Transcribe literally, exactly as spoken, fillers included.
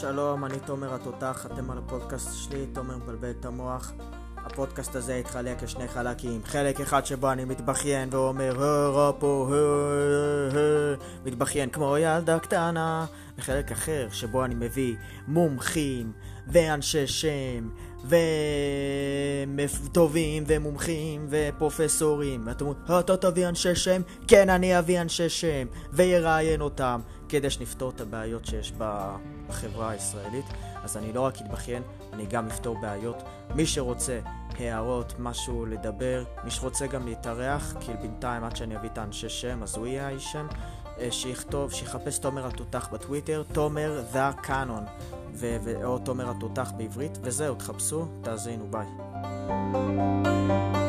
שלום, אני תומר התותח, אתם על הפודקאסט שלי, תומר מבלבל את המוח. הפודקאסט הזה יתחלק לשני חלקים. חלק אחד שבו אני מתבכיין ואומר רפו, מתבכיין כמו ילדה קטנה. וחלק אחר שבו אני מביא מומחים ואנשי שם וטובים ומומחים ופרופסורים. ואתם אומרים, אתה תביא אנשי שם? כן, אני אביא אנשי שם ויראיין אותם כדי שנפתור את הבעיות שיש בחברה הישראלית. אז אני לא רק אתבכיין, אני גם אפתור בעיות. מי שרוצה הערות, משהו לדבר, מי שרוצה גם להתארח, כי בינתיים עד שאני אביא את האנשי שם, אז הוא יהיה האיש שם, שיכתוב, שיחפש תומר התותח בטוויטר, תומר The Canon, ו- ו- או תומר התותח בעברית, וזהו, תחפשו, תאזינו, ביי.